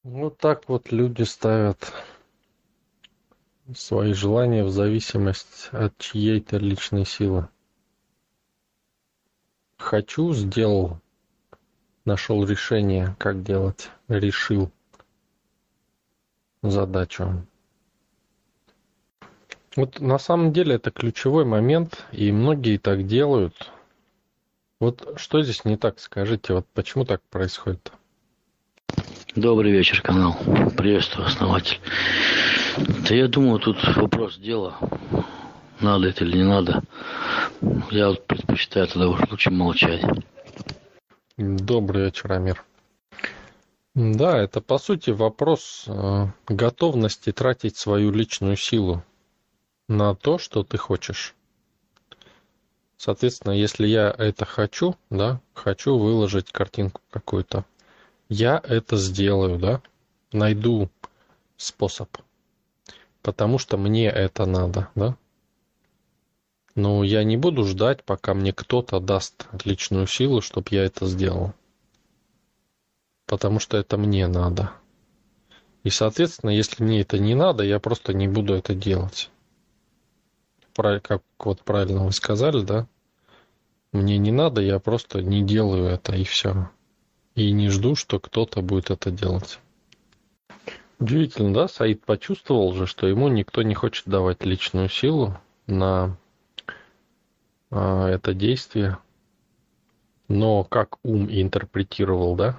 Вот так вот люди ставят свои желания в зависимость от чьей-то личной силы. Хочу, сделал, нашел решение, как делать, решил задачу. Вот на самом деле это ключевой момент, и многие так делают. Вот что здесь не так, скажите, вот почему так происходит? Добрый вечер, канал. Приветствую, основатель. Да я думаю, тут вопрос дела. Надо это или не надо. Я вот предпочитаю тогда уж лучше молчать. Добрый вечер, Амир. Да, это по сути вопрос готовности тратить свою личную силу на то, что ты хочешь. Соответственно, если я это хочу, да, хочу выложить картинку какую-то, я это сделаю, да, найду способ, потому что мне это надо, да. Но я не буду ждать, пока мне кто-то даст личную силу, чтобы я это сделал, потому что это мне надо. И, соответственно, если мне это не надо, я просто не буду это делать. Как вот правильно вы сказали, да, мне не надо, я просто не делаю это, и все. И не жду, что кто-то будет это делать. Удивительно, да? Саид почувствовал же, что ему никто не хочет давать личную силу на это действие. Но как ум интерпретировал, да?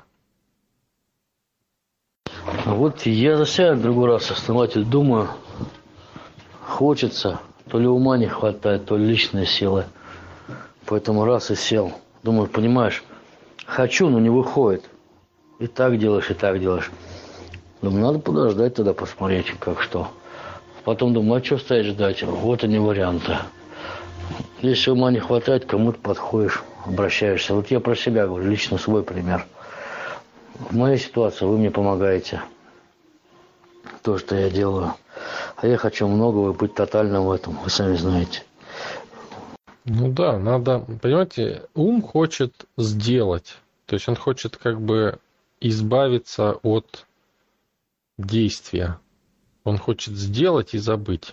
А вот я за себя другой раз, основатель, думаю, хочется, то ли ума не хватает, то ли личной силы. Поэтому раз и сел. Думаю, понимаешь, хочу, но не выходит. И так делаешь, и так делаешь. Думаю, надо подождать тогда, посмотреть, как что. Потом думаю, а что стоять ждать? Вот они варианты. Если ума не хватает, кому-то подходишь, обращаешься. Вот я про себя говорю, лично свой пример. В моей ситуации вы мне помогаете. То, что я делаю. А я хочу многого и быть тотальным в этом, вы сами знаете. Ну да, надо, понимаете, ум хочет сделать. То есть он хочет как бы избавиться от действия. Он хочет сделать и забыть.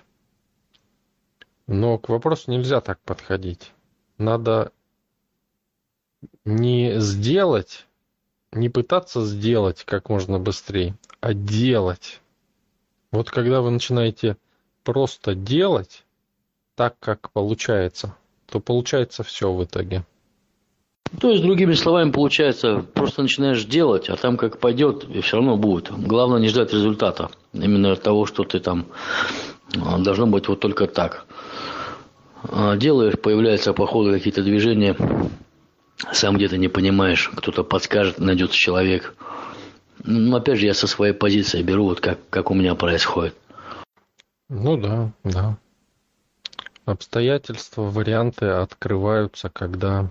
Но к вопросу нельзя так подходить. Надо не сделать, не пытаться сделать как можно быстрее, а делать. Вот когда вы начинаете просто делать так, как получается, то получается все в итоге. То есть, другими словами, получается, просто начинаешь делать, а там как пойдет, и все равно будет. Главное не ждать результата. Именно того, что ты там должно быть вот только так. Делаешь, появляются по ходу какие-то движения, сам где-то не понимаешь, кто-то подскажет, найдется человек. Ну, опять же, я со своей позиции беру, вот как у меня происходит. Ну да, да. Обстоятельства, варианты открываются, когда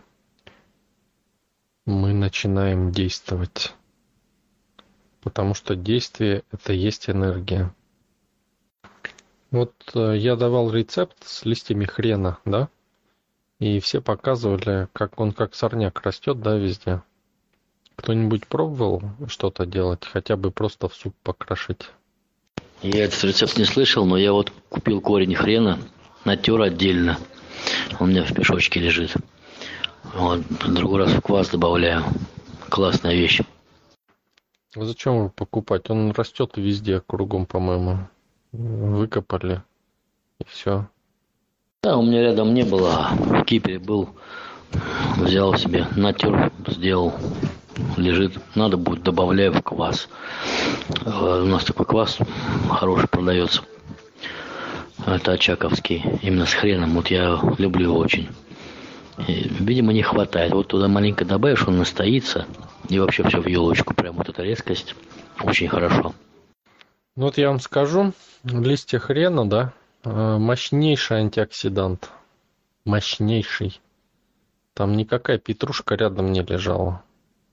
мы начинаем действовать. Потому что действие — это есть энергия. Вот я давал рецепт с листьями хрена, да? И все показывали, как он как сорняк растет, да, везде. Кто-нибудь пробовал что-то делать, хотя бы просто в суп покрошить? Я этот рецепт не слышал, но я вот купил корень хрена, натер отдельно. Он у меня в пешочке лежит. Вот, другой раз в квас добавляю. Классная вещь. Зачем его покупать? Он растет везде, кругом, по-моему. Выкопали, и все. Да, у меня рядом не было, а в Кипере был. Взял себе, натер, сделал. Лежит. Надо будет, добавляю в квас. У нас такой квас хороший продается. Это очаковский. Именно с хреном. Вот я люблю его очень. И, видимо, не хватает. Вот туда маленько добавишь, он настоится. И вообще все в елочку. Прям вот эта резкость. Очень хорошо. Ну вот я вам скажу, листья хрена, да, мощнейший антиоксидант. Мощнейший. Там никакая петрушка рядом не лежала.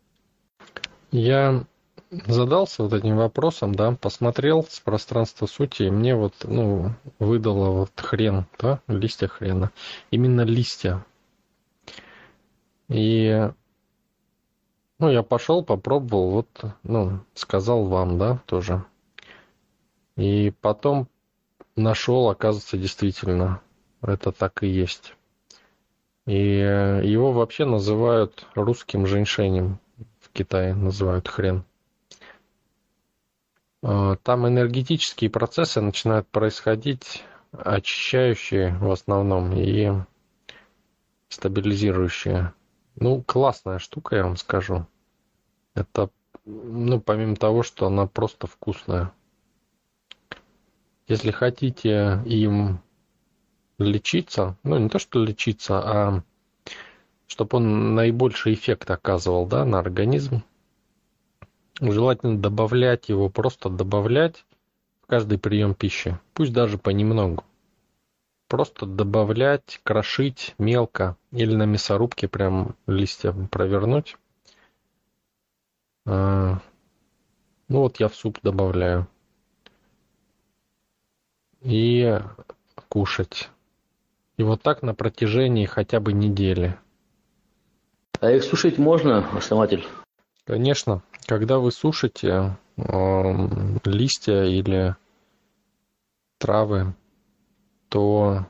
Я задался вот этим вопросом, да, посмотрел с пространства сути, и мне вот, ну, выдало вот хрен, да, листья хрена. Именно листья. И Ну, я пошел, попробовал, вот, ну, сказал вам, да, тоже. И потом нашел, оказывается, действительно, это так и есть. И его вообще называют русским женьшенем. В Китае называют хрен. Там энергетические процессы начинают происходить, очищающие в основном и стабилизирующие. Ну, классная штука, я вам скажу. Это, ну, помимо того, что она просто вкусная. Если хотите им лечиться, ну, не то, что лечиться, а чтобы он наибольший эффект оказывал, да, на организм, желательно добавлять его, просто добавлять в каждый прием пищи, пусть даже понемногу. Просто добавлять, крошить мелко или на мясорубке прям листья провернуть. Ну вот я в суп добавляю. И кушать. И вот так на протяжении хотя бы недели. А их сушить можно, основатель? Конечно, когда вы сушите листья или травы, то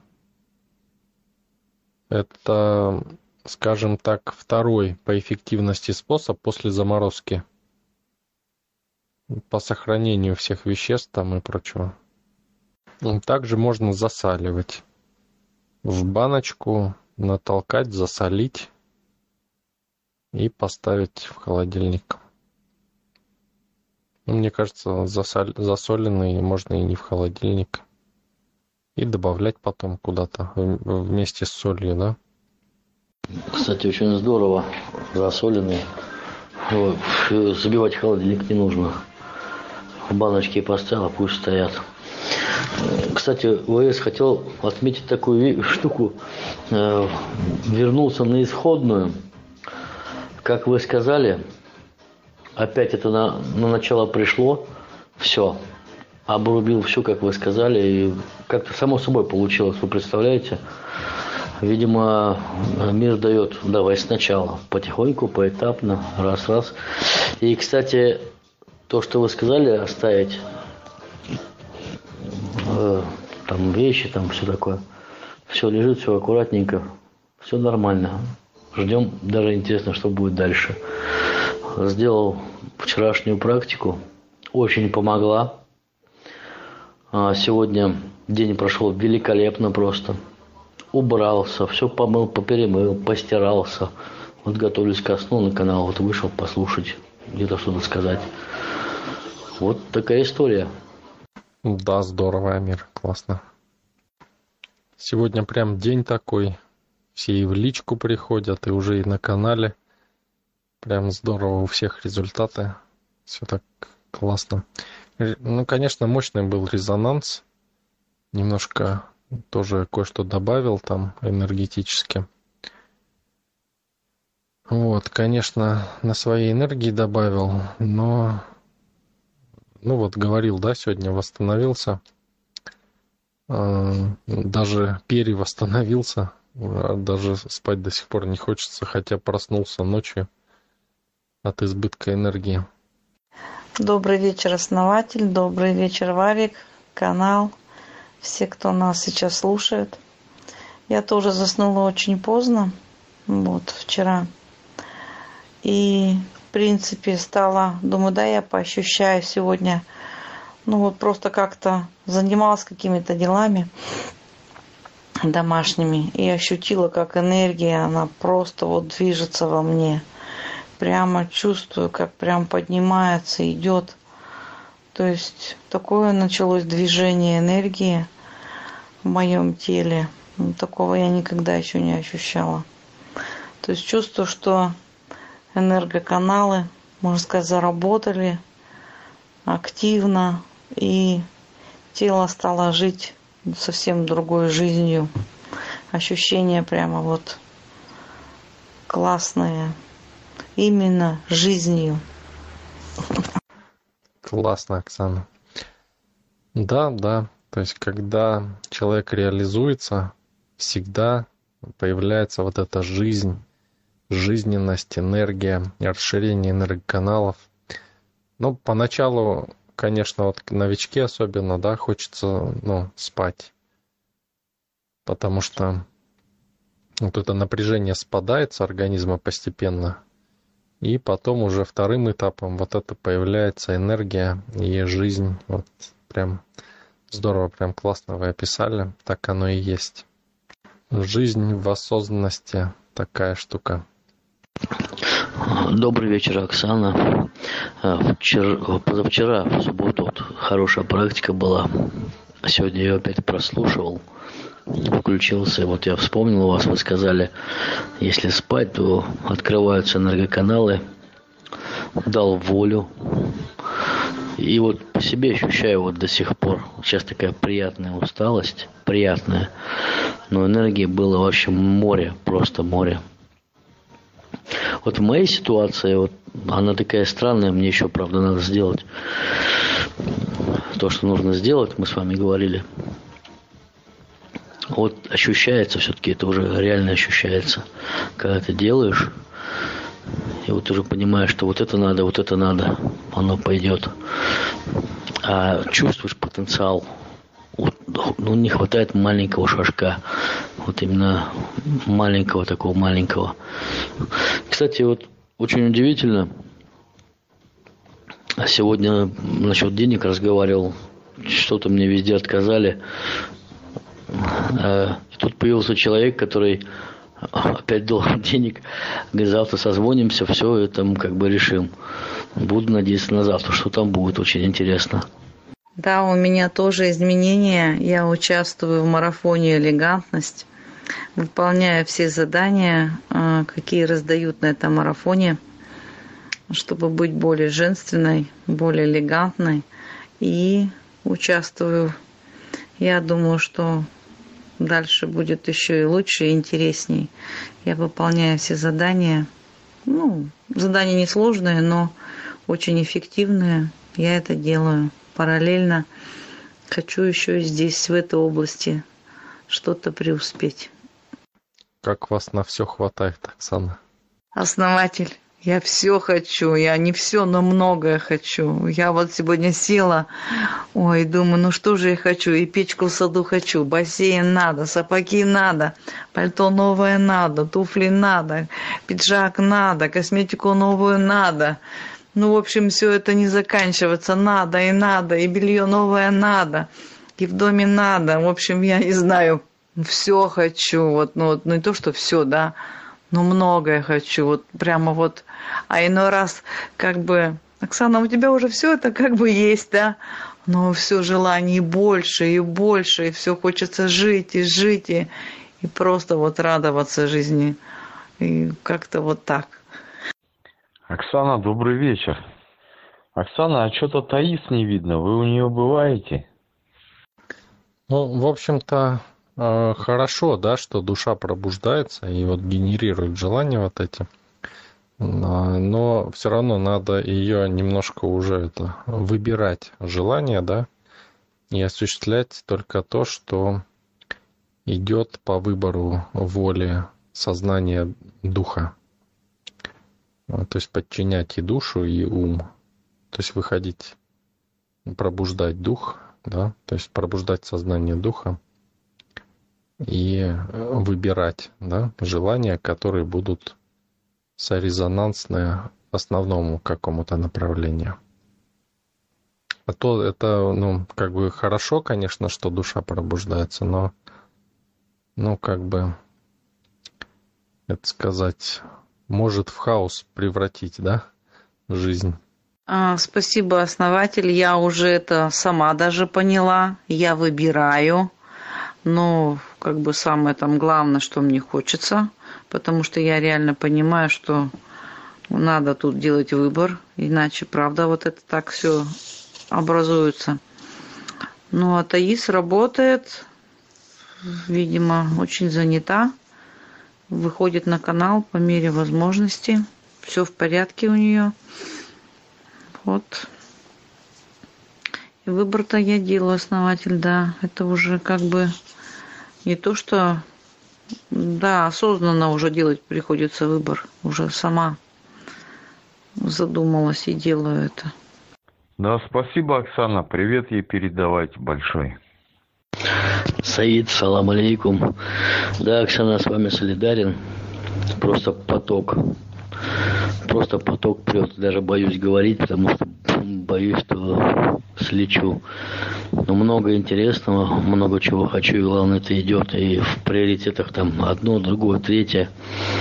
это, скажем так, второй по эффективности способ после заморозки по сохранению всех веществ там и прочего. Также можно засаливать. В баночку натолкать, засолить и поставить в холодильник. Мне кажется, засоленный можно и не в холодильник. И добавлять потом куда-то вместе с солью, да? Кстати, очень здорово. Засоленные. Вот. Забивать в холодильник не нужно. В баночке поставил, пусть стоят. Кстати, ВС хотел отметить такую штуку. Вернулся на исходную. Как вы сказали, опять это на начало пришло. Все. Обрубил все, как вы сказали. И как-то само собой получилось. Вы представляете? Видимо, мир дает давай сначала. Потихоньку, поэтапно. Раз-раз. И, кстати, то, что вы сказали, оставить там вещи, там все такое. Все лежит, все аккуратненько. Все нормально. Ждем, даже интересно, что будет дальше. Сделал вчерашнюю практику. Очень помогла. Сегодня день прошел великолепно просто. Убрался, все помыл, поперемыл, постирался. Вот готовлюсь ко сну на канал. Вот вышел послушать, где-то что-то сказать. Вот такая история. Да, здорово, Амир, классно. Сегодня прям день такой. Все и в личку приходят, и уже и на канале. Прям здорово у всех результаты. Все так классно. Ну, конечно, мощный был резонанс. Немножко тоже кое-что добавил там энергетически. Вот, конечно, на своей энергии добавил, но... Ну вот, говорил, да, сегодня восстановился. Даже перевосстановился. Даже спать до сих пор не хочется, хотя проснулся ночью от избытка энергии. Добрый вечер, основатель. Добрый вечер, Варик, канал. Все, кто нас сейчас слушает. Я тоже заснула очень поздно. Вот, вчера. И, в принципе, стала... Думаю, да, я поощущаю сегодня. Ну, вот просто как-то занималась какими-то делами домашними. И ощутила, как энергия, она просто вот движется во мне. Прямо чувствую, как прям поднимается, идет. То есть такое началось движение энергии в моем теле. Такого я никогда еще не ощущала. То есть чувствую, что энергоканалы, можно сказать, заработали активно, и тело стало жить совсем другой жизнью. Ощущения прямо вот классные. Именно жизнью. Классно, Оксана. Да, да. То есть, когда человек реализуется, всегда появляется вот эта жизнь, жизненность, энергия, расширение энергоканалов. Ну, поначалу, конечно, вот новички особенно, да, хочется, спать, потому что вот это напряжение спадает с организма постепенно, и потом уже вторым этапом вот это появляется энергия и жизнь. Вот прям здорово, прям классно вы описали, так оно и есть. Жизнь в осознанности такая штука. Добрый вечер, Оксана. Позавчера, в субботу, вот, хорошая практика была. Сегодня я опять прослушивал, включился. Вот я вспомнил вас, вы сказали, если спать, то открываются энергоканалы. Дал волю. И вот по себе ощущаю вот до сих пор. Сейчас такая приятная усталость, приятная. Но энергии было вообще море, просто море. Вот в моей ситуации, вот она такая странная, мне еще, правда, надо сделать то, что нужно сделать, мы с вами говорили. Вот ощущается все-таки, это уже реально ощущается, когда ты делаешь, и вот уже понимаешь, что вот это надо, оно пойдет. А чувствуешь потенциал. Вот, не хватает маленького шажка. Вот именно такого маленького. Кстати, вот очень удивительно. Сегодня насчет денег разговаривал. Что-то мне везде отказали. И тут появился человек, который опять должен денег. Говорит, завтра созвонимся, все это мы как бы решим. Буду надеяться на завтра, что там будет, очень интересно. Да, у меня тоже изменения. Я участвую в марафоне «Элегантность», выполняю все задания, какие раздают на этом марафоне, чтобы быть более женственной, более элегантной. И участвую. Я думаю, что дальше будет еще и лучше, и интересней. Я выполняю все задания. Задания несложные, но очень эффективные. Я это делаю. Параллельно хочу еще и здесь, в этой области, что-то преуспеть. Как вас на все хватает, Оксана? Основатель, я все хочу. Я не все, но многое хочу. Я вот сегодня села, думаю, что же я хочу? И печку в саду хочу, бассейн надо, сапоги надо, пальто новое надо, туфли надо, пиджак надо, косметику новую надо. В общем, все это не заканчивается. Надо, и белье новое надо, и в доме надо. В общем, я не знаю, все хочу. Не то, что все, да, но многое хочу. Прямо. А иной раз Оксана, у тебя уже все это есть, да? Но все желание больше, и больше, и все хочется жить, и просто радоваться жизни. И как-то так. Оксана, добрый вечер. Оксана, а что-то Таис не видно, вы у нее бываете? В общем-то, хорошо, да, что душа пробуждается и генерирует желания эти. Но все равно надо ее немножко уже выбирать желания, да, и осуществлять только то, что идет по выбору воли сознания духа. То есть подчинять и душу, и ум. То есть выходить, пробуждать дух, да, то есть пробуждать сознание духа и выбирать, да, желания, которые будут сорезонансны основному какому-то направлению. А то это, хорошо, конечно, что душа пробуждается, но, это сказать, может в хаос превратить, да, жизнь. Спасибо, основатель. Я уже это сама даже поняла. Я выбираю. Но самое главное, что мне хочется. Потому что я реально понимаю, что надо тут делать выбор. Иначе, правда, это так все образуется. А Таис работает. Видимо, очень занята. Выходит на канал по мере возможности. Все в порядке у нее. И выбор-то я делаю, основатель, да. Это уже не то, что Да, осознанно уже делать приходится выбор. Уже сама задумалась и делаю это. Да, спасибо, Оксана. Привет ей передавайте большой. Саид, салам алейкум. Да, Оксана, с вами солидарен. Просто поток. Просто поток прет. Даже боюсь говорить, потому что боюсь, что слечу. Но много интересного, много чего хочу, и главное, это идет. И в приоритетах там одно, другое, третье.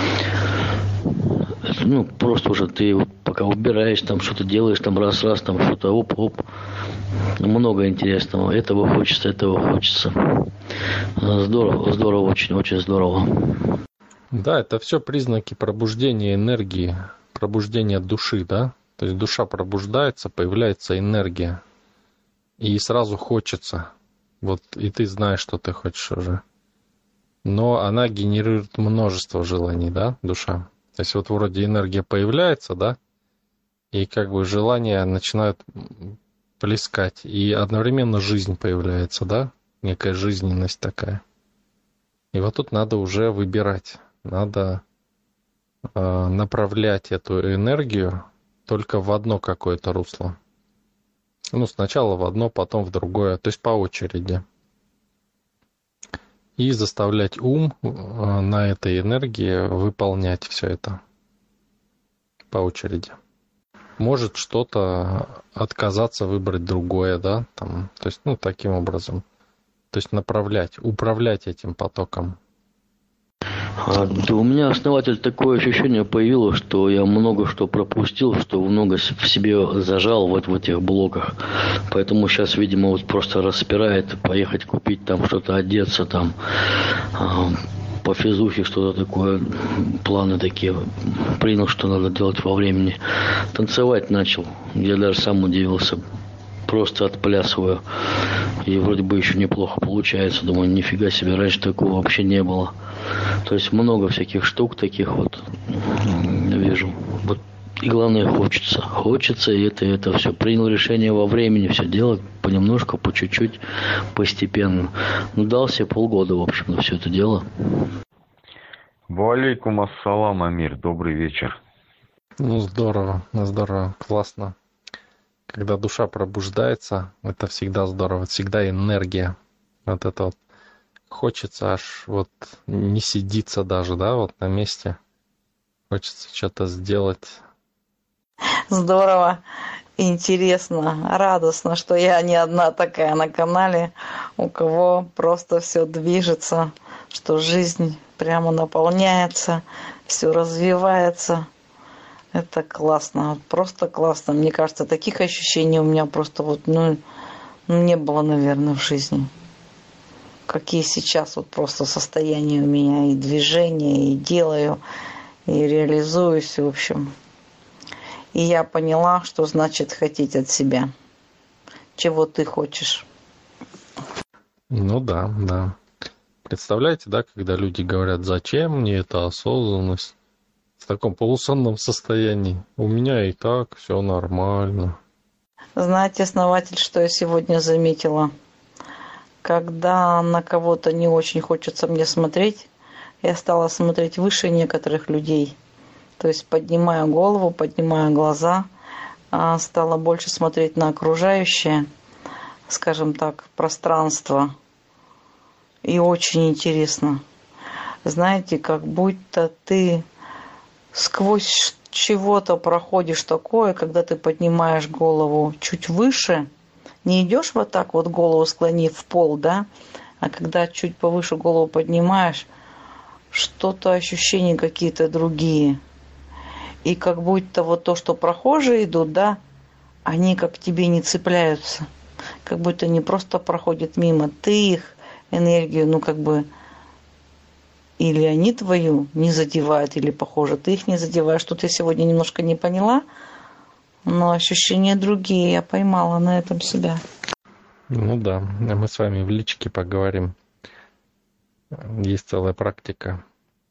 Ну, просто уже ты вот пока убираешь, там что-то делаешь, там раз-раз, там что-то оп-оп. Много интересного. Этого хочется, этого хочется. Здорово, здорово, очень здорово. Да, это все признаки пробуждения энергии, пробуждения души, да? То есть душа пробуждается, появляется энергия. И сразу хочется. Вот и ты знаешь, что ты хочешь уже. Но она генерирует множество желаний, да, душа? То есть вот вроде энергия появляется, да? И как бы желания начинают плескать. И одновременно жизнь появляется, да? Некая жизненность такая. И вот тут надо уже выбирать. Надо направлять эту энергию только в одно какое-то русло. Ну, сначала в одно, потом в другое, то есть по очереди. И заставлять ум на этой энергии выполнять все это по очереди. Может что-то отказаться, выбрать другое, да, там, то есть, ну, таким образом. То есть направлять, управлять этим потоком. Да у меня, основатель, такое ощущение появилось, что я много что пропустил, что много в себе зажал вот в этих блоках. Поэтому сейчас, видимо, вот просто распирает поехать купить там что-то, одеться там, по физухе что-то такое, планы такие. Принял, что надо делать во времени. Танцевать начал. Я даже сам удивился. Просто отплясываю. И вроде бы еще неплохо получается. Думаю, нифига себе, раньше такого вообще не было. То есть много всяких штук таких вот вижу. Вот. И главное, хочется. Хочется, и это все. Принял решение во времени все делать понемножку, по чуть-чуть, постепенно. Ну, дал себе полгода, в общем, на все это дело. Валейкум ассалам, Амир. Добрый вечер. Ну, здорово, здорово, классно. Когда душа пробуждается, это всегда здорово, всегда энергия. Вот это вот хочется аж вот не сидится даже, да, вот на месте. Хочется что-то сделать. Здорово, интересно, радостно, что я не одна такая на канале, у кого просто все движется, что жизнь прямо наполняется, все развивается. Это классно, просто классно. Мне кажется, таких ощущений у меня просто вот, не было, наверное, в жизни. Какие сейчас вот просто состояния у меня, и движения, и делаю, и реализуюсь, в общем. И я поняла, что значит хотеть от себя. Чего ты хочешь. Ну да, да. Представляете, да, когда люди говорят, зачем мне эта осознанность? В таком полусонном состоянии. У меня и так все нормально. Знаете, основатель, что я сегодня заметила? Когда на кого-то не очень хочется мне смотреть, я стала смотреть выше некоторых людей. То есть поднимаю голову, поднимаю глаза, стала больше смотреть на окружающее, скажем так, пространство. И очень интересно. Знаете, как будто ты сквозь чего-то проходишь такое, когда ты поднимаешь голову чуть выше, не идешь вот так вот голову склонив в пол, да, а когда чуть повыше голову поднимаешь, что-то ощущения какие-то другие. И как будто вот то, что прохожие идут, да, они как к тебе не цепляются. Как будто не просто проходят мимо. Ты их энергию, или они твою не задевают, или, похоже, ты их не задеваешь. Что-то я сегодня немножко не поняла, но ощущения другие. Я поймала на этом себя. Ну да, мы с вами в личке поговорим. Есть целая практика.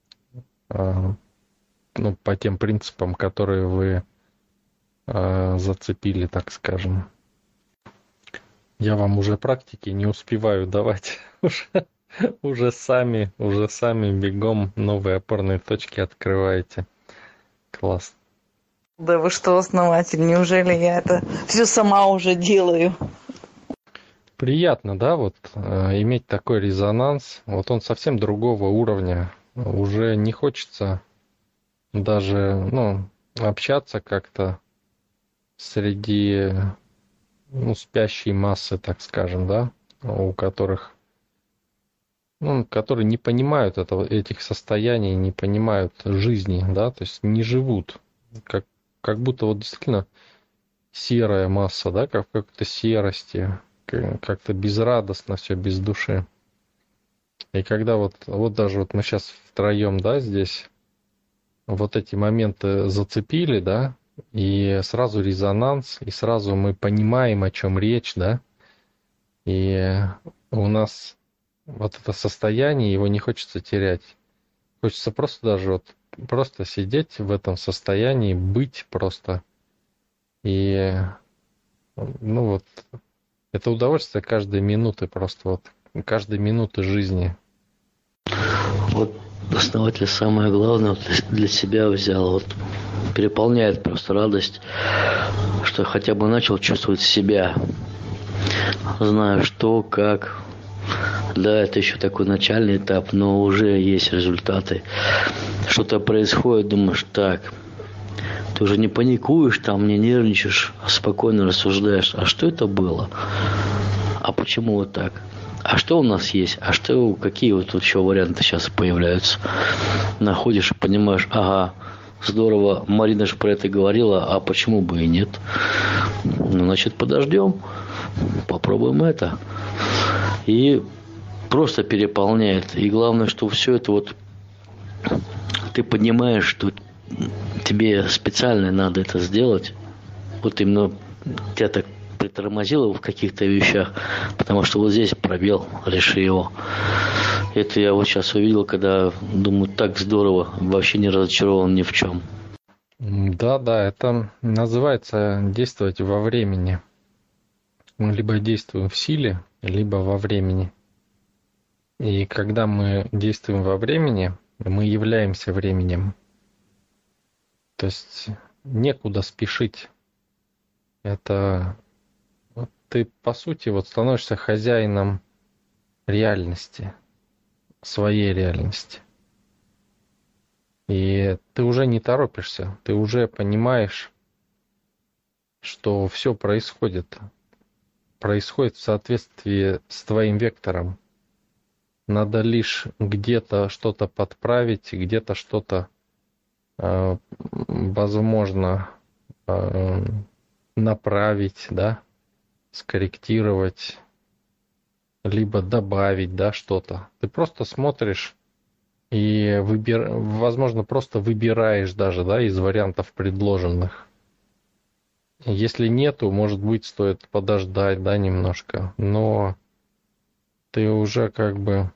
По тем принципам, которые вы зацепили, так скажем. Я вам уже практики не успеваю давать. Уже сами бегом новые опорные точки открываете. Класс. Да вы что, основатель, неужели я это все сама уже делаю? Приятно, да, вот иметь такой резонанс. Вот он совсем другого уровня. Уже не хочется даже, общаться как-то среди, спящей массы, так скажем, да, у которых, которые не понимают этих состояний, не понимают жизни, да, то есть не живут, как будто вот действительно серая масса, да, как в какой-то серости, как-то безрадостно все, без души. И когда вот даже вот мы сейчас втроем, да, здесь вот эти моменты зацепили, да, и сразу резонанс, и сразу мы понимаем, о чем речь, да, и у нас вот это состояние, его не хочется терять. Хочется просто даже просто сидеть в этом состоянии, быть просто. И, это удовольствие каждой минуты просто, каждой минуты жизни. Вот основатель самое главное для себя взял. Вот переполняет просто радость, что хотя бы начал чувствовать себя. Знаю, что, как. Да, это еще такой начальный этап, но уже есть результаты. Что-то происходит, думаешь, так, ты уже не паникуешь, там не нервничаешь, а спокойно рассуждаешь, а что это было? А почему вот так? А что у нас есть? А что, какие вот тут еще варианты сейчас появляются? Находишь и понимаешь, ага, здорово, Марина же про это говорила, а почему бы и нет? Ну, значит, подождем, попробуем это. И просто переполняет. И главное, что все это вот ты понимаешь, что тебе специально надо это сделать. Вот именно тебя так притормозило в каких-то вещах, потому что вот здесь пробел, реши его. Это я вот сейчас увидел, когда думаю, так здорово, вообще не разочарован ни в чем. Да, это называется действовать во времени. Мы либо действуем в силе, либо во времени. И когда мы действуем во времени, мы являемся временем. То есть некуда спешить. Это ты, по сути, становишься хозяином реальности, своей реальности. И ты уже не торопишься, ты уже понимаешь, что все происходит в соответствии с твоим вектором. Надо лишь где-то что-то подправить, где-то что-то, возможно, направить, да, скорректировать, либо добавить, да, что-то. Ты просто смотришь и, возможно, просто выбираешь даже, да, из вариантов предложенных. Если нету, может быть, стоит подождать, да, немножко, но ты уже как бы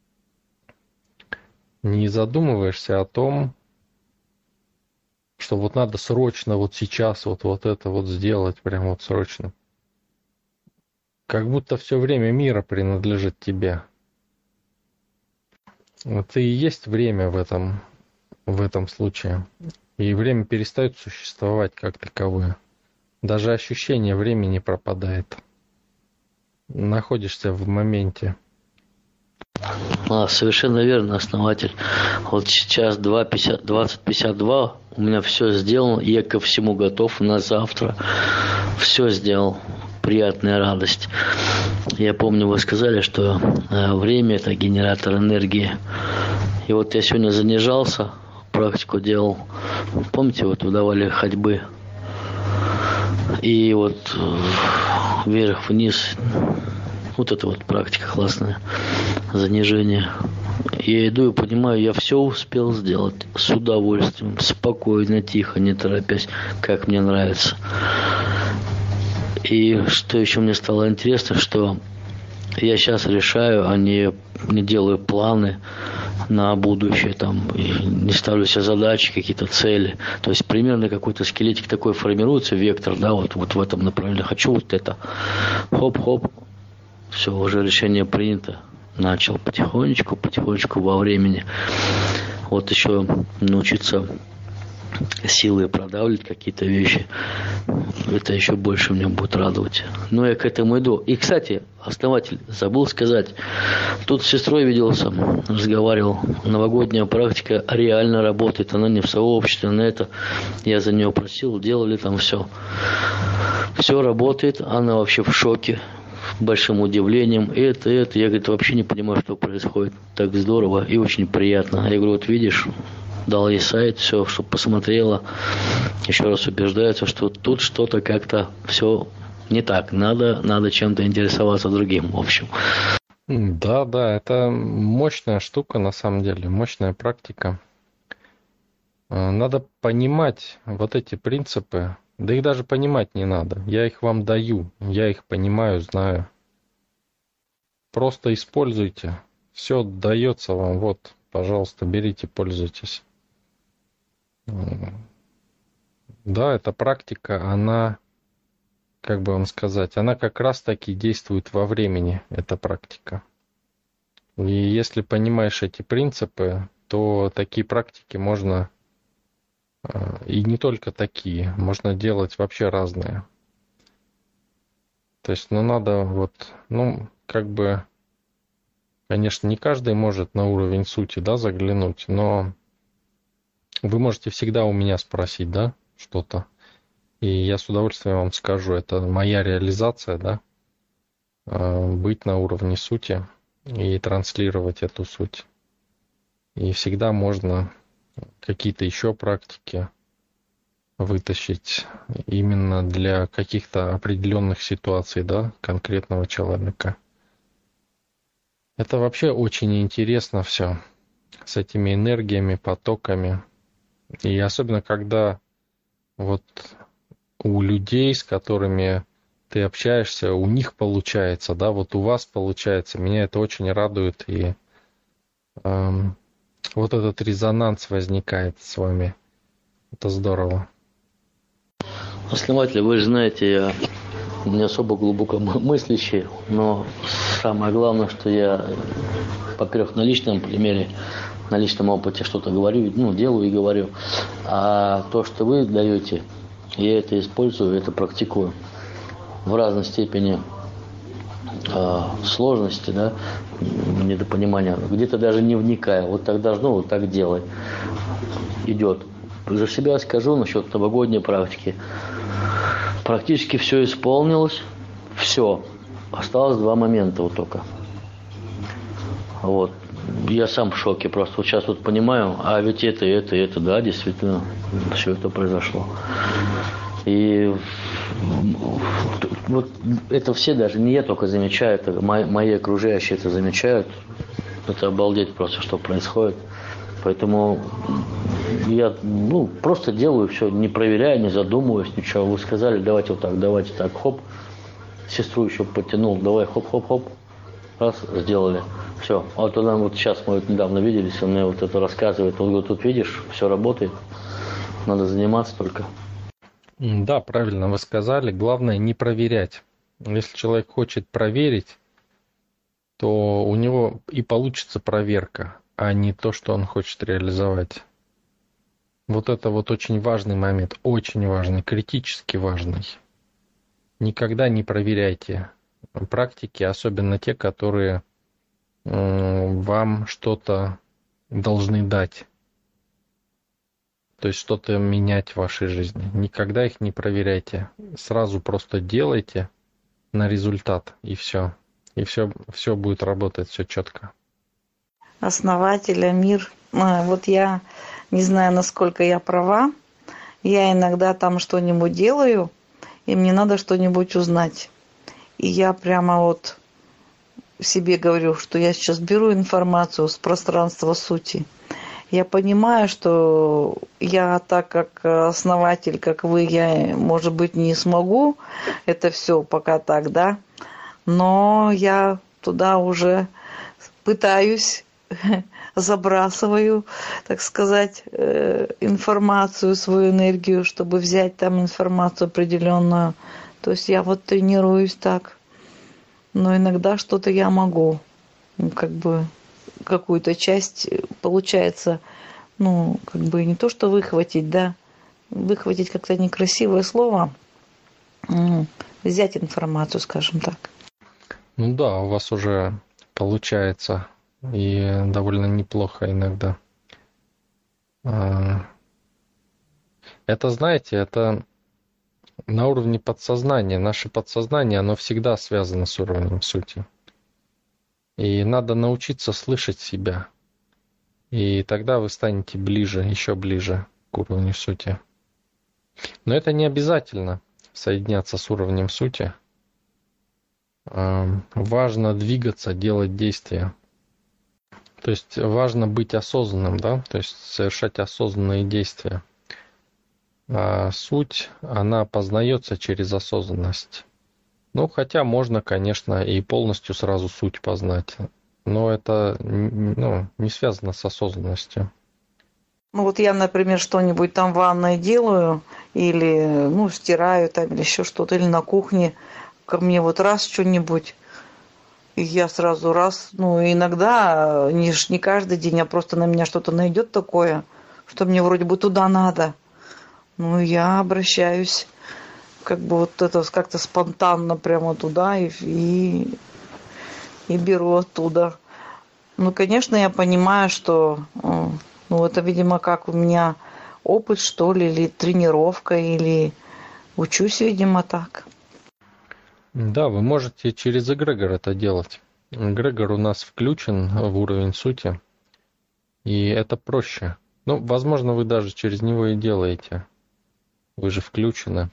не задумываешься о том, что вот надо срочно, вот сейчас, вот это вот сделать, прям вот срочно. Как будто все время мира принадлежит тебе. Ты и есть время в этом случае. И время перестает существовать как таковое. Даже ощущение времени пропадает. Находишься в моменте. Совершенно верно, основатель. Вот сейчас 20:52, у меня все сделано, я ко всему готов на завтра. Все сделал. Приятная радость. Я помню, вы сказали, что время – это генератор энергии. И вот я сегодня занижался, практику делал. Помните, вот выдавали ходьбы. И вот вверх-вниз. Вот это вот практика классная. Занижение. Я иду и понимаю, я все успел сделать с удовольствием, спокойно, тихо, не торопясь, как мне нравится. И что еще мне стало интересно, что я сейчас решаю, а не делаю планы на будущее, там, и не ставлю себе задачи, какие-то цели. То есть примерно какой-то скелетик такой формируется, вектор, да, вот в этом направлении. Хочу вот это. Хоп-хоп. Все, уже решение принято. начал потихонечку во времени. Вот еще научиться силой продавливать какие-то вещи, это еще больше меня будет радовать. Но я к этому иду. И, кстати, основатель, забыл сказать, тут с сестрой виделся, разговаривал. Новогодняя практика реально работает, она не в сообществе, на это я за нее просил, делали там все. Все работает, она вообще в шоке, большим удивлением. Это, я, говорит, вообще не понимаю, что происходит. Так здорово и очень приятно. Я говорю, вот видишь, дал ей сайт, все, чтобы посмотрела. Еще раз убеждается, что тут что-то как-то все не так. Надо чем-то интересоваться другим, в общем. Да, это мощная штука на самом деле, мощная практика. Надо понимать вот эти принципы. Да их даже понимать не надо. Я их вам даю, я их понимаю, знаю. Просто используйте. Все дается вам. Вот, пожалуйста, берите, пользуйтесь. Да, эта практика, она, как бы вам сказать, она как раз-таки действует во времени, эта практика. И если понимаешь эти принципы, то такие практики можно, и не только такие, можно делать вообще разные. То есть, надо конечно, не каждый может на уровень сути, да, заглянуть, но вы можете всегда у меня спросить, да, что-то. И я с удовольствием вам скажу, это моя реализация, да, быть на уровне сути и транслировать эту суть. И всегда можно какие-то еще практики вытащить именно для каких-то определенных ситуаций, да, конкретного человека. Это вообще очень интересно все с этими энергиями, потоками. И особенно, когда вот у людей, с которыми ты общаешься, у них получается, да, вот у вас получается. Меня это очень радует, и вот этот резонанс возникает с вами. Это здорово. Основатель, вы же знаете, я не особо глубоко мыслящий, но самое главное, что я, во-первых, на личном примере, на личном опыте что-то говорю, делаю и говорю. А то, что вы даете, я это использую, это практикую в разной степени сложности, да, недопонимания. Где-то даже не вникая. Вот так должно, вот так делай. Идет. За себя скажу насчет новогодней практики. Практически все исполнилось. Все. Осталось 2 момента вот только. Вот. Я сам в шоке просто. Вот сейчас вот понимаю, а ведь это, да, действительно, все это произошло. И вот это все, даже не я только замечаю, это мои окружающие это замечают. Это обалдеть просто, что происходит. Поэтому я просто делаю все, не проверяя, не задумываясь, ничего. Вы сказали, давайте так, хоп. Сестру еще подтянул, давай, хоп-хоп-хоп. Раз, сделали. Все. А вот она сейчас мы недавно виделись, он мне вот это рассказывает. Он говорит, тут видишь, все работает. Надо заниматься только. Да, правильно вы сказали. Главное не проверять. Если человек хочет проверить, то у него и получится проверка, а не то, что он хочет реализовать. Вот это вот очень важный момент, очень важный, критически важный. Никогда не проверяйте практики, особенно те, которые вам что-то должны дать. То есть что-то менять в вашей жизни. Никогда их не проверяйте. Сразу просто делайте на результат, и все. И все будет работать, все четко. Основатель, Амир, вот я не знаю, насколько я права. Я иногда там что-нибудь делаю, и мне надо что-нибудь узнать. И я прямо вот себе говорю, что я сейчас беру информацию с пространства сути. Я понимаю, что я, так как основатель, как вы, я, может быть, не смогу это все пока так, да, но я туда уже пытаюсь, забрасываю, так сказать, информацию, свою энергию, чтобы взять там информацию определенную. То есть я вот тренируюсь так, но иногда что-то я могу как бы какую-то часть получается, ну, как бы не то, что выхватить, да, выхватить как-то некрасивое слово, взять информацию, скажем так. Ну да, у вас уже получается и довольно неплохо иногда. Это, знаете, это на уровне подсознания. Наше подсознание, оно всегда связано с уровнем сути. И надо научиться слышать себя. И тогда вы станете ближе, еще ближе к уровню сути. Но это не обязательно соединяться с уровнем сути. Важно двигаться, делать действия. То есть важно быть осознанным, да, то есть совершать осознанные действия. А суть, она познается через осознанность. Ну, хотя можно, конечно, и полностью сразу суть познать, но это, ну, не связано с осознанностью. Ну вот я, например, что-нибудь там в ванной делаю, или, ну, стираю там, или еще что-то, или на кухне, ко мне вот раз что-нибудь, и я сразу раз, ну, иногда, не каждый день, а просто на меня что-то найдет такое, что мне вроде бы туда надо. Ну, я обращаюсь, как бы вот это как-то спонтанно прямо туда и беру оттуда. Ну, конечно, я понимаю, что, ну, это, видимо, как у меня опыт, что ли, или тренировка, или учусь, видимо, так. Да, вы можете через эгрегор это делать. Эгрегор у нас включен в уровень сути, и это проще. Ну, возможно, вы даже через него и делаете. Вы же включены.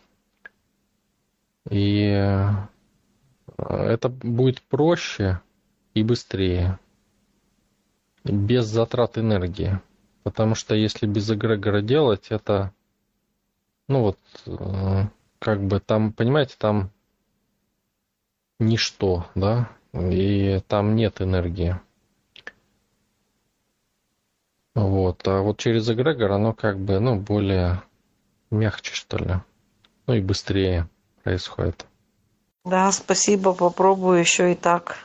И это будет проще и быстрее, без затрат энергии. Потому что если без эгрегора делать, это, ну вот, как бы там, понимаете, там ничто, да, и там нет энергии. Вот, а вот через эгрегор оно как бы, ну, более мягче, что ли, ну и быстрее происходит. Да, спасибо, попробую еще и так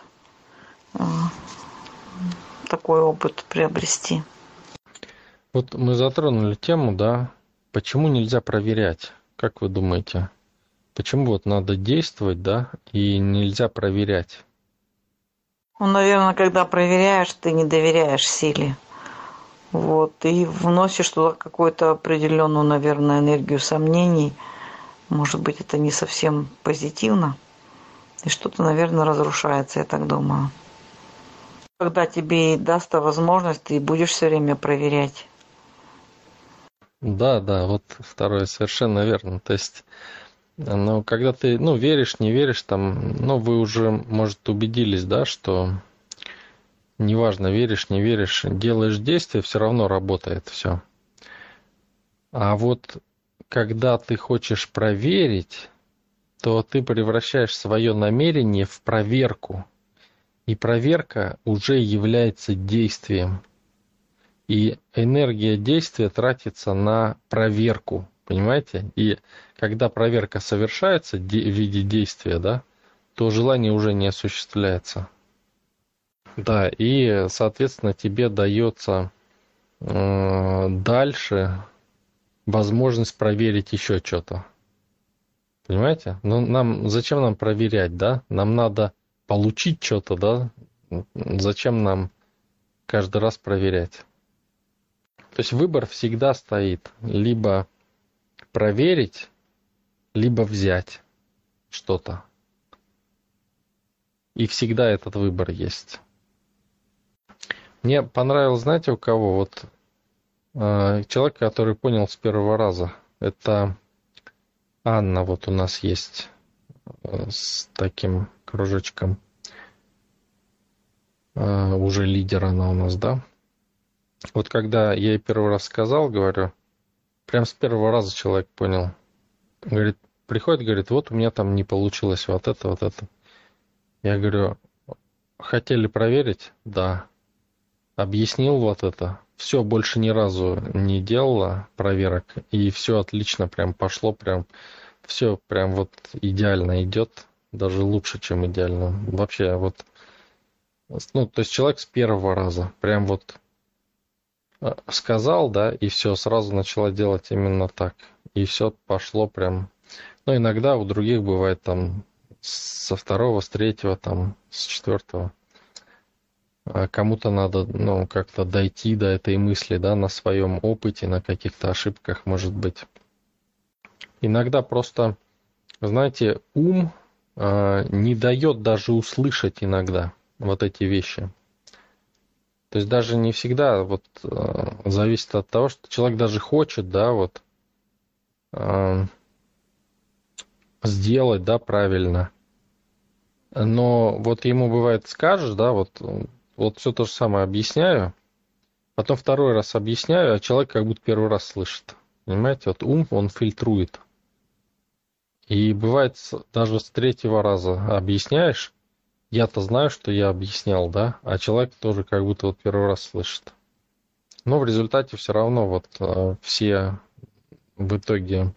такой опыт приобрести. Вот мы затронули тему, да, почему нельзя проверять, как вы думаете? Почему вот надо действовать, да, и нельзя проверять? Ну, наверное, когда проверяешь, ты не доверяешь силе. Вот, и вносишь туда какую-то определенную, наверное, энергию сомнений. Может быть, это не совсем позитивно. И что-то, наверное, разрушается, я так думаю. Когда тебе даст возможность, ты будешь все время проверять. Да, да, вот второе совершенно верно. То есть, ну, когда ты, ну, веришь, не веришь, там, ну, вы уже, может, убедились, да, что неважно, веришь, не веришь, делаешь действие, все равно работает все. А вот когда ты хочешь проверить, то ты превращаешь свое намерение в проверку. И проверка уже является действием. И энергия действия тратится на проверку, понимаете? И когда проверка совершается в виде действия, да, то желание уже не осуществляется. Да, и, соответственно, тебе дается дальше возможность проверить еще что-то. Понимаете? Ну, зачем нам проверять, да? Нам надо получить что-то, да? Зачем нам каждый раз проверять? То есть выбор всегда стоит либо проверить, либо взять что-то. И всегда этот выбор есть. Мне понравилось, знаете, у кого? Вот человек, который понял с первого раза. Это Анна, вот у нас есть с таким кружочком. Уже лидер она у нас, да? Вот когда я ей первый раз сказал, говорю, прям с первого раза человек понял. Говорит, приходит, говорит, вот у меня там не получилось вот это, вот это. Я говорю, хотели проверить? Да. Объяснил вот это. Все, больше ни разу не делала проверок. И все отлично прям пошло, прям все прям вот идеально идет. Даже лучше, чем идеально. Вообще вот Ну, то есть человек с первого раза прям вот сказал, да, и все, сразу начала делать именно так. И все пошло прям. Ну, иногда у других бывает там со второго, с третьего, там, с четвертого. А кому-то надо, ну, как-то дойти до этой мысли, да, на своем опыте, на каких-то ошибках, может быть. Иногда просто, знаете, ум не дает даже услышать иногда вот эти вещи. То есть даже не всегда вот зависит от того, что человек даже хочет, да, вот сделать, да, правильно. Но вот ему бывает скажешь, да, вот все то же самое объясняю, потом второй раз объясняю, а человек как будто первый раз слышит. Понимаете, вот ум, он фильтрует. И бывает даже с третьего раза объясняешь, я-то знаю, что я объяснял, да, а человек тоже как будто вот первый раз слышит. Но в результате все равно вот все в итоге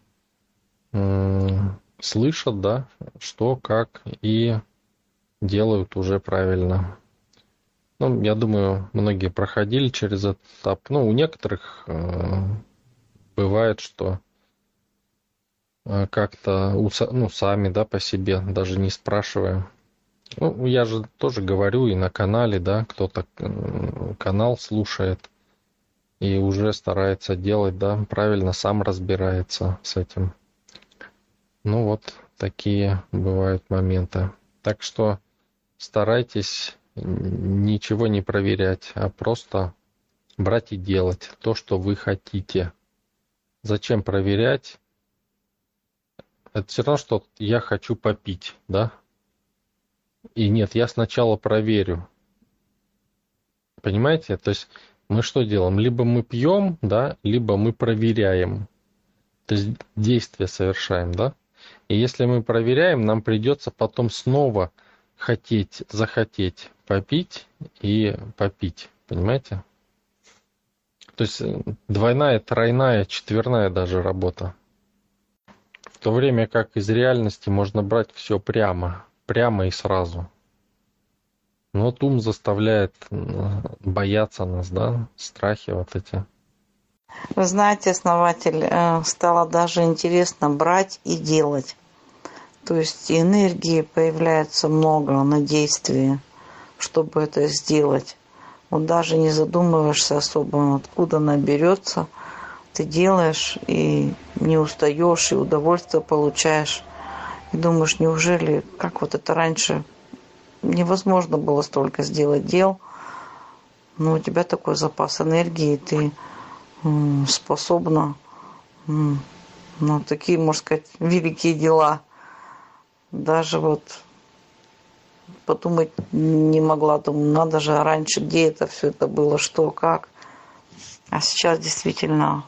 слышат, да, что, как, и делают уже правильно. Ну, я думаю, многие проходили через этот этап. Ну, у некоторых бывает, что как-то, ну, сами, да, по себе, даже не спрашивая. Ну, я же тоже говорю и на канале, да, кто-то канал слушает и уже старается делать, да, правильно, сам разбирается с этим. Ну, вот такие бывают моменты. Так что старайтесь ничего не проверять, а просто брать и делать то, что вы хотите. Зачем проверять? Это все равно, что я хочу попить, да? И нет, я сначала проверю. Понимаете? То есть мы что делаем? Либо мы пьем, да, либо мы проверяем. То есть действие совершаем, да? И если мы проверяем, нам придется потом снова захотеть попить и попить. Понимаете? То есть двойная, тройная, четверная даже работа. В то время как из реальности можно брать все прямо и сразу. Но вот ум заставляет бояться нас, да, страхи вот эти. Вы знаете, основатель, стало даже интересно брать и делать. То есть энергии появляется много на действие, чтобы это сделать. Вот даже не задумываешься особо, откуда она берется. Ты делаешь и не устаешь, и удовольствие получаешь. И думаешь, неужели, как вот это раньше невозможно было столько сделать дел, но у тебя такой запас энергии, ты способна на такие, можно сказать, великие дела. Даже вот подумать не могла, думаю, надо же, а раньше где это все это было, что, как. А сейчас действительно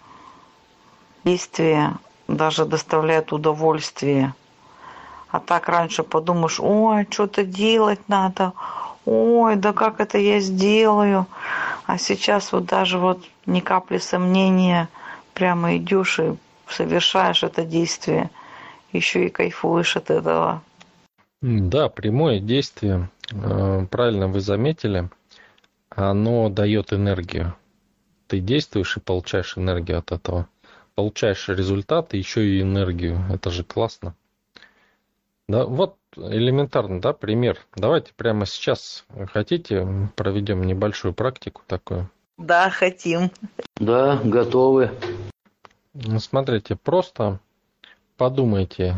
действие даже доставляет удовольствие. А так раньше подумаешь, ой, что-то делать надо, ой, да как это я сделаю. А сейчас вот даже вот ни капли сомнения, прямо идешь и совершаешь это действие, еще и кайфуешь от этого. Да, прямое действие, правильно вы заметили, оно дает энергию. Ты действуешь и получаешь энергию от этого. Получаешь результат и еще и энергию. Это же классно. Да, вот элементарно, да, пример. Давайте прямо сейчас, хотите, проведем небольшую практику такую. Да, хотим. Да, готовы. Ну, смотрите, просто подумайте,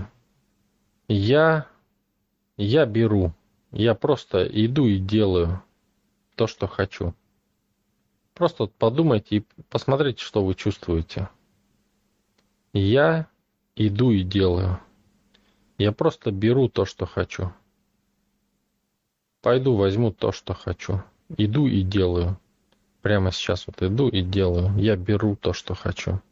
я беру, я просто иду и делаю то, что хочу. Просто вот подумайте и посмотрите, что вы чувствуете. Я иду и делаю. Я просто беру то, что хочу. Пойду возьму то, что хочу. Иду и делаю. Прямо сейчас вот иду и делаю. Я беру то, что хочу.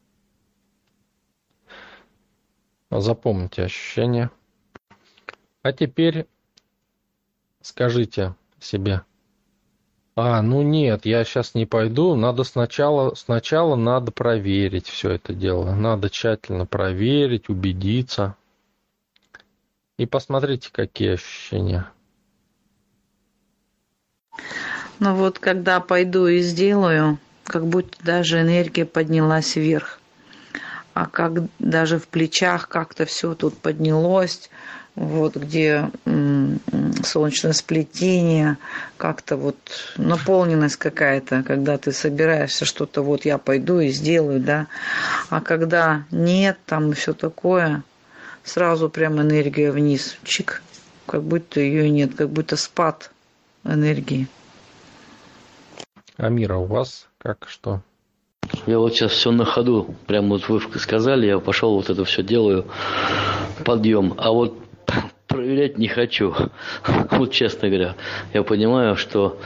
Запомните ощущения. А теперь скажите себе. Ну нет, я сейчас не пойду. Надо сначала надо проверить все это дело. Надо тщательно проверить, убедиться. И посмотрите, какие ощущения. Но вот когда пойду и сделаю, как будто даже энергия поднялась вверх. А как даже в плечах как-то все тут поднялось, вот где солнечное сплетение, как-то вот наполненность какая-то, когда ты собираешься что-то, вот я пойду и сделаю, да. А когда нет, там и все такое, сразу прям энергия вниз, чик, как будто ее нет, как будто спад энергии. Амира, у вас как что? Я вот сейчас все на ходу. Прям вот вы сказали, я пошел вот это все делаю. Подъем. А вот проверять не хочу. Вот честно говоря. Я понимаю, что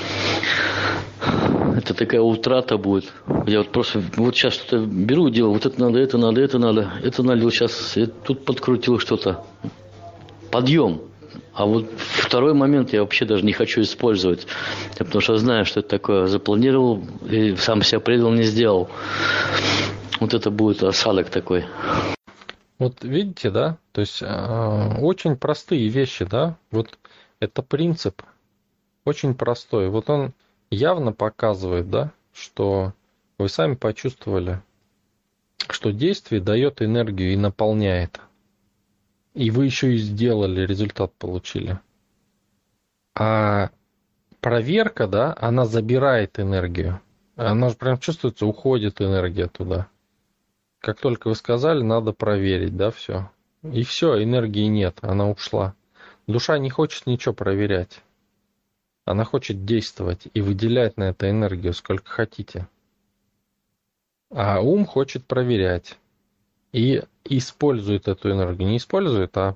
это такая утрата будет. Я вот просто вот сейчас что-то беру и делаю. Вот это надо, это надо, это надо. Это налил сейчас. Я тут подкрутил что-то. Подъем. А вот второй момент я вообще даже не хочу использовать. Потому что знаю, что это такое. Запланировал и сам себя предал, не сделал. Вот это будет осадок такой. Вот видите, да? То есть очень простые вещи, да? Вот это принцип очень простой. Вот он явно показывает, да, что вы сами почувствовали, что действие дает энергию и наполняет. И вы еще и сделали, результат получили. А проверка, да, она забирает энергию. Она же прям чувствуется, уходит энергия туда. Как только вы сказали, надо проверить, да, все. И все, энергии нет, она ушла. Душа не хочет ничего проверять. Она хочет действовать и выделять на это энергию сколько хотите. А ум хочет проверять. И использует эту энергию. Не использует, а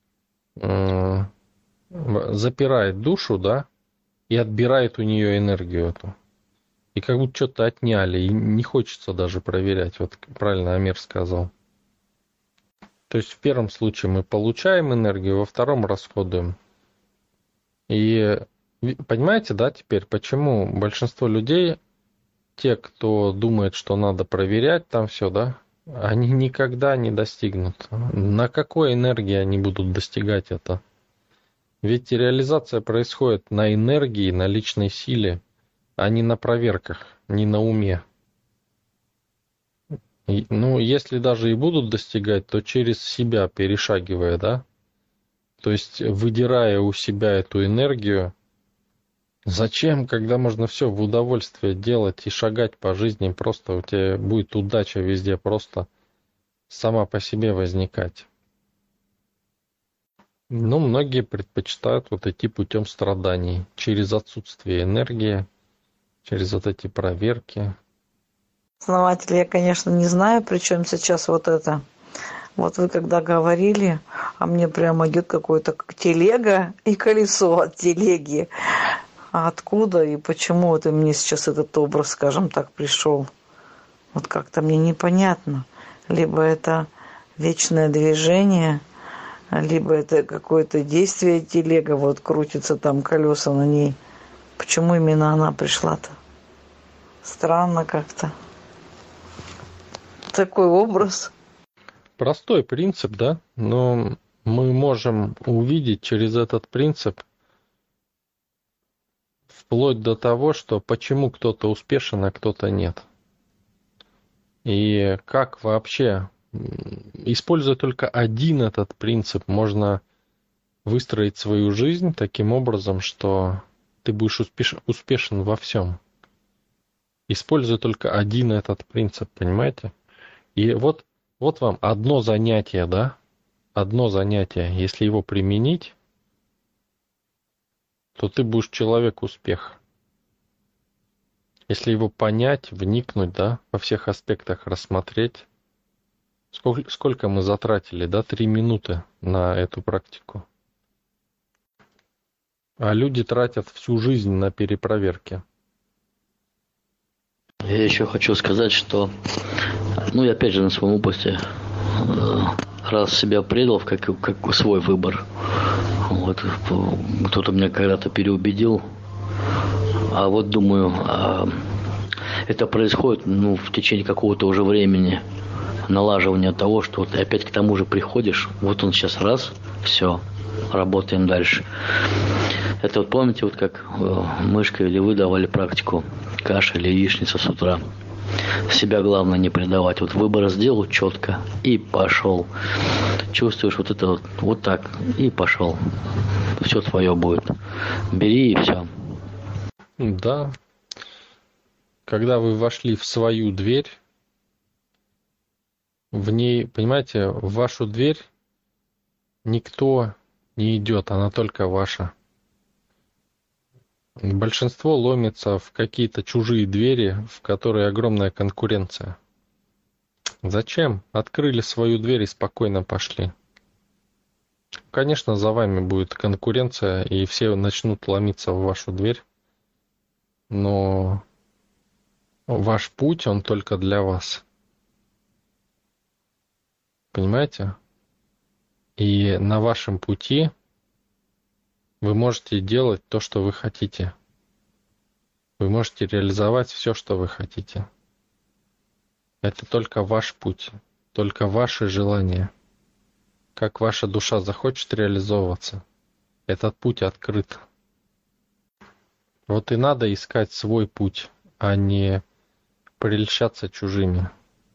запирает душу, да, и отбирает у нее энергию эту. И как будто что-то отняли, и не хочется даже проверять. Вот правильно Амир сказал. То есть в первом случае мы получаем энергию, во втором расходуем. И понимаете, да, теперь, почему большинство людей, те, кто думает, что надо проверять там все, да, они никогда не достигнут. На какой энергии они будут достигать это? Ведь реализация происходит на энергии, на личной силе, а не на проверках, не на уме. Ну, если даже и будут достигать, то через себя перешагивая, да? То есть выдирая у себя эту энергию. Зачем, когда можно все в удовольствие делать и шагать по жизни, просто у тебя будет удача везде просто сама по себе возникать. Но многие предпочитают вот идти путем страданий, через отсутствие энергии, через вот эти проверки. Основатель, я, конечно, не знаю, при чем сейчас вот это. Вот вы когда говорили, а мне прямо идет какое-то как телега и колесо от телеги. А откуда и почему это мне сейчас этот образ, скажем так, пришел? Вот как-то мне непонятно. Либо это вечное движение, либо это какое-то действие телега, вот крутится там колеса на ней. Почему именно она пришла-то? Странно как-то. Такой образ. Простой принцип, да? Но мы можем увидеть через этот принцип вплоть до того, что почему кто-то успешен, а кто-то нет. И как вообще, используя только один этот принцип, можно выстроить свою жизнь таким образом, что ты будешь успешен во всем. Используя только один этот принцип, понимаете? И вот вам одно занятие, да? Одно занятие, если его применить, то ты будешь человек успех. Если его понять, вникнуть, да, во всех аспектах рассмотреть. Сколько мы затратили, да, 3 минуты на эту практику. А люди тратят всю жизнь на перепроверки. Я еще хочу сказать, что, ну, я опять же на своем опыте, раз себя предал, как свой выбор. Вот, кто-то меня когда-то переубедил. А вот думаю, это происходит, ну, в течение какого-то уже времени. Налаживание того, что ты опять к тому же приходишь. Вот он сейчас раз, все, работаем дальше. Это вот помните, вот как Мышка или вы давали практику каша или яичница с утра. Себя главное не предавать. Вот выбор сделал четко и пошел. Чувствуешь вот это вот так и пошел. Все твое будет. Бери и все. Да. Когда вы вошли в свою дверь, в ней, понимаете, в вашу дверь никто не идет, она только ваша. Большинство ломится в какие-то чужие двери, в которые огромная конкуренция. Зачем? Открыли свою дверь и спокойно пошли. Конечно, за вами будет конкуренция, и все начнут ломиться в вашу дверь. Но ваш путь, он только для вас. Понимаете? И на вашем пути вы можете делать то, что вы хотите. Вы можете реализовать все, что вы хотите. Это только ваш путь, только ваши желания. Как ваша душа захочет реализовываться, этот путь открыт. Вот и надо искать свой путь, а не прельщаться чужими.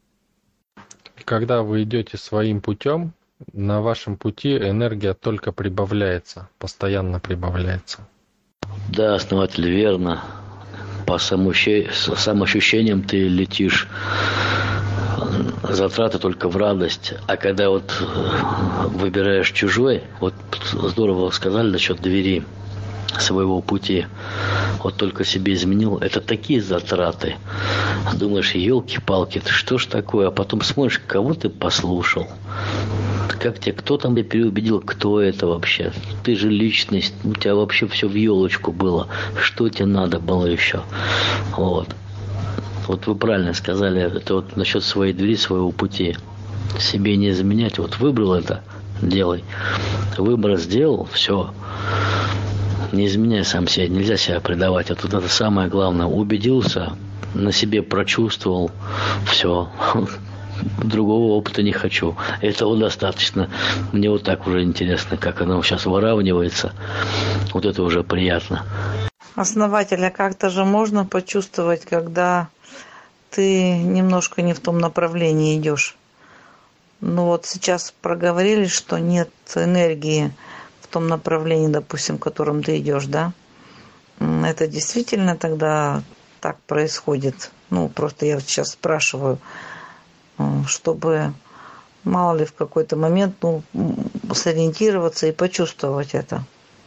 Когда вы идете своим путем, на вашем пути энергия только прибавляется, постоянно прибавляется. Да, основатель, верно. По самоощущениям ты летишь. Затраты только в радость. А когда вот выбираешь чужой, вот здорово сказали насчет двери своего пути. Вот только себе изменил. Это такие затраты. Думаешь, елки-палки, что ж такое? А потом смотришь, кого ты послушал. Как тебе, кто там тебя переубедил, кто это вообще? Ты же личность, у тебя вообще все в елочку было. Что тебе надо было еще? Вот. Вот вы правильно сказали, это вот насчет своей двери, своего пути. Себе не изменять. Вот выбрал это, делай. Выбор сделал, все. Не изменяй сам себя, нельзя себя предавать. Вот это самое главное. Убедился, на себе прочувствовал, все. Другого опыта не хочу. Этого достаточно. Мне вот так уже интересно, как оно сейчас выравнивается. Вот это уже приятно. Основатель, а как-то же можно почувствовать, когда ты немножко не в том направлении идешь. Ну вот сейчас проговорили, что нет энергии в том направлении, допустим, в котором ты идешь, да? Это действительно тогда так происходит? Ну, просто я вот сейчас спрашиваю, чтобы, мало ли, в какой-то момент, сориентироваться и почувствовать это.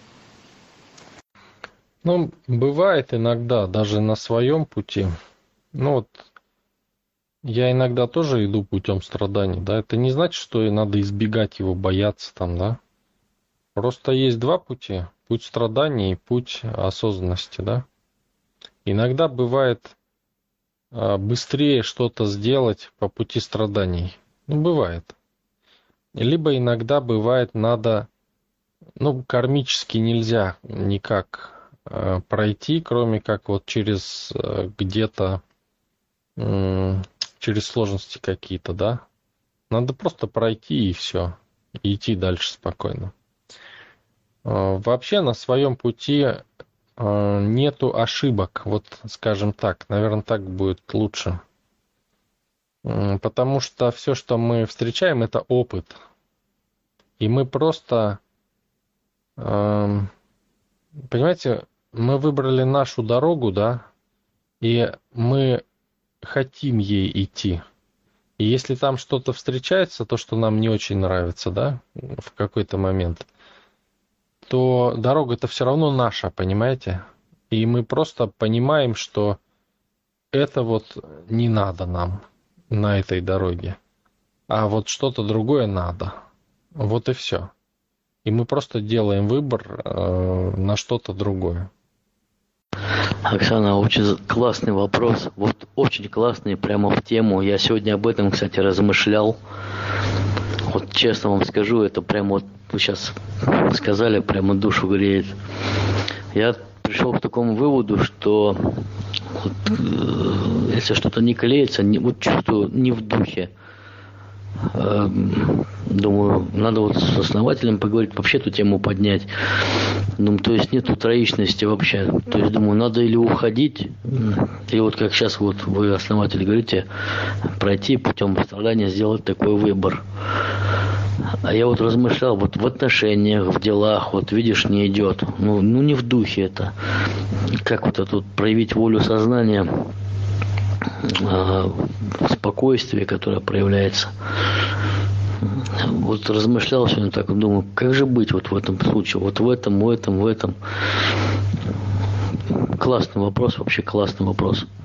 Ну, бывает иногда, даже на своем пути. Ну вот, я иногда тоже иду путем страданий, да. Это не значит, что и надо избегать его, бояться там, да. Просто есть два пути. Путь страданий и путь осознанности, да. Иногда бывает быстрее что-то сделать по пути страданий. Ну, бывает. Либо иногда бывает надо, кармически нельзя никак пройти, кроме как вот через где-то, через сложности какие-то, да. Надо просто пройти и все. И идти дальше спокойно. Вообще на своем пути нету ошибок, вот скажем так, наверное, так будет лучше. Потому что все, что мы встречаем, это опыт. И мы просто, понимаете, мы выбрали нашу дорогу, да, и мы хотим ей идти. И если там что-то встречается, то, что нам не очень нравится, да, в какой-то момент, то дорога-то все равно наша, понимаете? И мы просто понимаем, что это вот не надо нам на этой дороге, а вот что-то другое надо. Вот и все. И мы просто делаем выбор на что-то другое. Оксана, очень классный вопрос. Вот очень классный, прямо в тему. Я сегодня об этом, кстати, размышлял. Вот честно вам скажу, это прямо вот вы сейчас сказали, прямо душу греет. Я пришел к такому выводу, что вот, если что-то не клеится, вот чувствую не в духе, Думаю, надо вот с основателем поговорить, вообще эту тему поднять. Думаю, то есть нету троичности вообще. То есть, думаю, надо или уходить, и вот как сейчас вот вы, основатель, говорите, пройти путем страдания, сделать такой выбор. А я вот размышлял, вот в отношениях, в делах, вот видишь, не идет. Ну не в духе это. Как вот это вот проявить волю сознания, спокойствие, которое проявляется. Вот размышлял сегодня так, думаю, как же быть вот в этом случае, вот в этом. Классный вопрос, вообще классный вопрос.